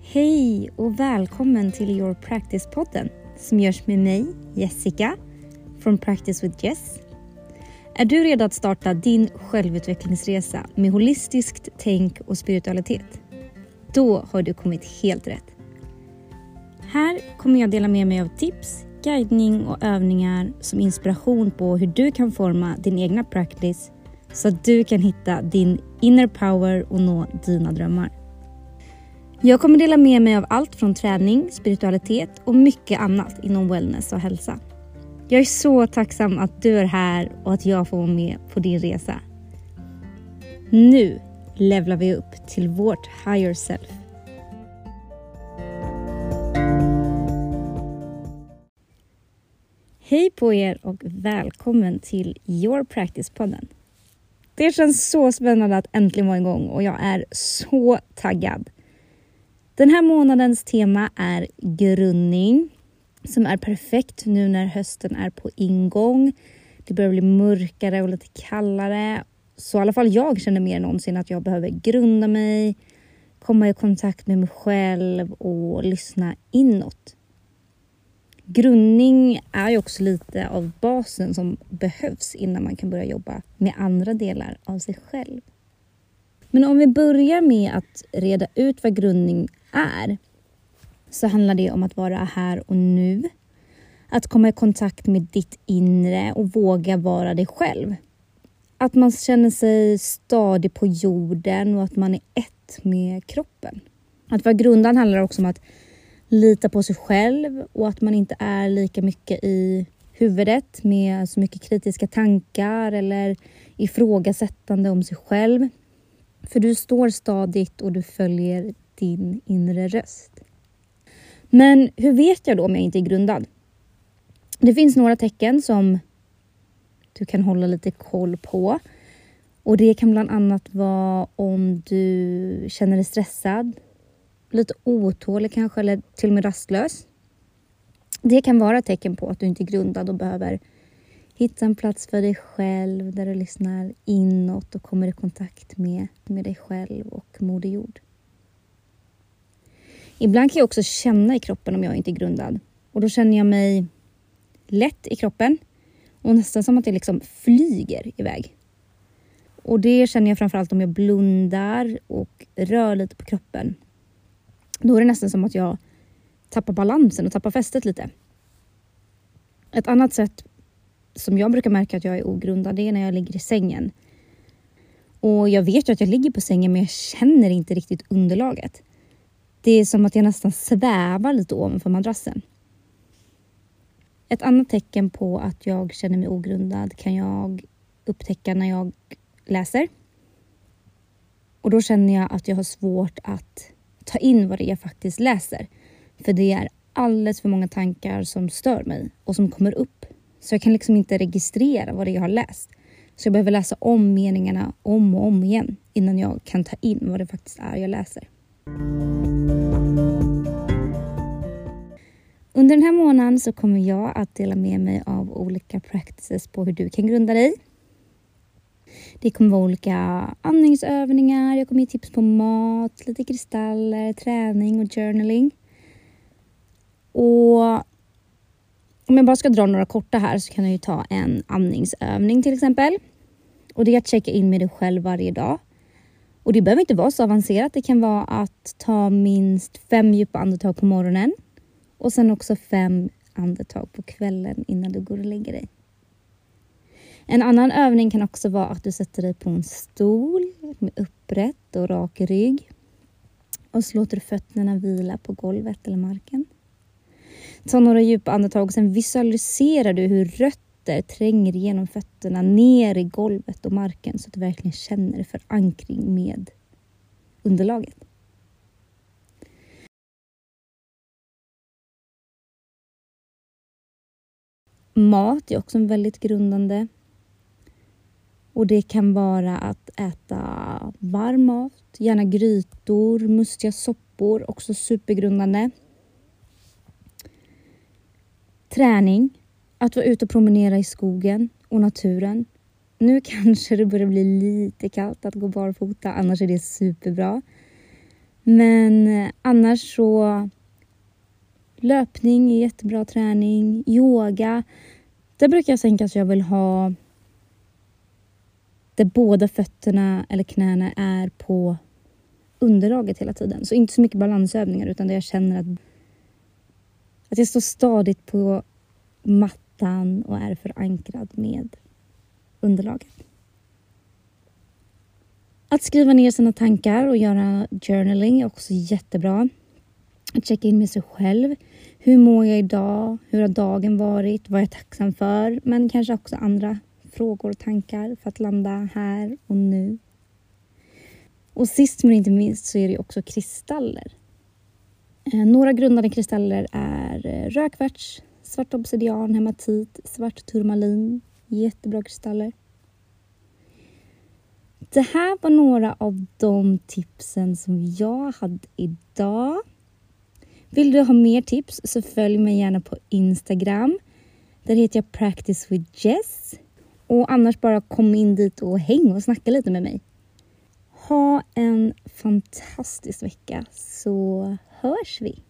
Hej och välkommen till Your Practice-podden som görs med mig, Jessica, från Practice with Jess. Är du redo att starta din självutvecklingsresa med holistiskt tänk och spiritualitet? Då har du kommit helt rätt. Här kommer jag dela med mig av tips, guidning och övningar som inspiration på hur du kan forma din egna practice så att du kan hitta din inner power och nå dina drömmar. Jag kommer dela med mig av allt från träning, spiritualitet och mycket annat inom wellness och hälsa. Jag är så tacksam att du är här och att jag får vara med på din resa. Nu levlar vi upp till vårt higher self. Hej på er och välkommen till Your Practice-podden. Det känns så spännande att äntligen vara igång och jag är så taggad. Den här månadens tema är grundning, som är perfekt nu när hösten är på ingång. Det börjar bli mörkare och lite kallare. Så i alla fall jag känner mer än någonsin att jag behöver grunda mig, komma i kontakt med mig själv och lyssna inåt. Grundning är ju också lite av basen som behövs innan man kan börja jobba med andra delar av sig själv. Men om vi börjar med att reda ut vad grundning är, så handlar det om att vara här och nu. Att komma i kontakt med ditt inre och våga vara dig själv. Att man känner sig stadig på jorden och att man är ett med kroppen. Att vara grundad handlar också om att lita på sig själv och att man inte är lika mycket i huvudet med så mycket kritiska tankar eller ifrågasättande om sig själv. För du står stadigt och du följer din inre röst. Men hur vet jag då om jag inte är grundad? Det finns några tecken som du kan hålla lite koll på. Och det kan bland annat vara om du känner dig stressad, lite otålig kanske eller till och med rastlös. Det kan vara ett tecken på att du inte är grundad och behöver hitta en plats för dig själv där du lyssnar inåt och kommer i kontakt med dig själv och Moder Jord. Ibland kan jag också känna i kroppen om jag inte är grundad. Och då känner jag mig lätt i kroppen och nästan som att jag liksom flyger iväg. Och det känner jag framförallt om jag blundar och rör lite på kroppen. Då är det nästan som att jag tappar balansen och tappar fästet lite. Ett annat sätt som jag brukar märka att jag är ogrundad, det är när jag ligger i sängen. Och jag vet ju att jag ligger på sängen, men jag känner inte riktigt underlaget. Det är som att jag nästan svävar lite ovanför madrassen. Ett annat tecken på att jag känner mig ogrundad kan jag upptäcka när jag läser. Och då känner jag att jag har svårt att ta in vad det är jag faktiskt läser. För det är alldeles för många tankar som stör mig och som kommer upp. Så jag kan liksom inte registrera vad det är jag har läst. Så jag behöver läsa om meningarna om och om igen innan jag kan ta in vad det faktiskt är jag läser. Under den här månaden så kommer jag att dela med mig av olika practices på hur du kan grunda dig. Det kommer vara olika andningsövningar, jag kommer ge tips på mat, lite kristaller, träning och journaling. Och om jag bara ska dra några korta här så kan jag ju ta en andningsövning till exempel. Och det är att checka in med dig själv varje dag. Och det behöver inte vara så avancerat. Det kan vara att ta minst 5 djupa andetag på morgonen. Och sen också 5 andetag på kvällen innan du går och lägger dig. En annan övning kan också vara att du sätter dig på en stol med upprätt och rak rygg. Och så låter du fötterna vila på golvet eller marken. Ta några djupa andetag och sen visualiserar du hur rötter tränger igenom fötterna ner i golvet och marken så att du verkligen känner förankring med underlaget. Mat är också en väldigt grundande. Och det kan vara att äta varm mat, gärna grytor, mustiga soppor, också supergrundande. Träning, att vara ute och promenera i skogen och naturen. Nu kanske det börjar bli lite kallt att gå barfota, annars är det superbra. Men annars så löpning är jättebra träning. Yoga. Där brukar jag tänka att jag vill ha där båda fötterna eller knäna är på underlaget hela tiden. Så inte så mycket balansövningar utan där jag känner att jag står stadigt på mattan och är förankrad med underlaget. Att skriva ner sina tankar och göra journaling är också jättebra. Att checka in med sig själv. Hur mår jag idag? Hur har dagen varit? Vad är jag tacksam för? Men kanske också andra frågor och tankar för att landa här och nu. Och sist men inte minst så är det också kristaller. Några grundade kristaller är rödkvarts, svart obsidian, hematit, svart turmalin. Jättebra kristaller. Det här var några av de tipsen som jag hade idag. Vill du ha mer tips så följ mig gärna på Instagram. Där heter jag Practice with Jess. Och annars bara kom in dit och häng och snacka lite med mig. Ha en fantastisk vecka så hörs vi.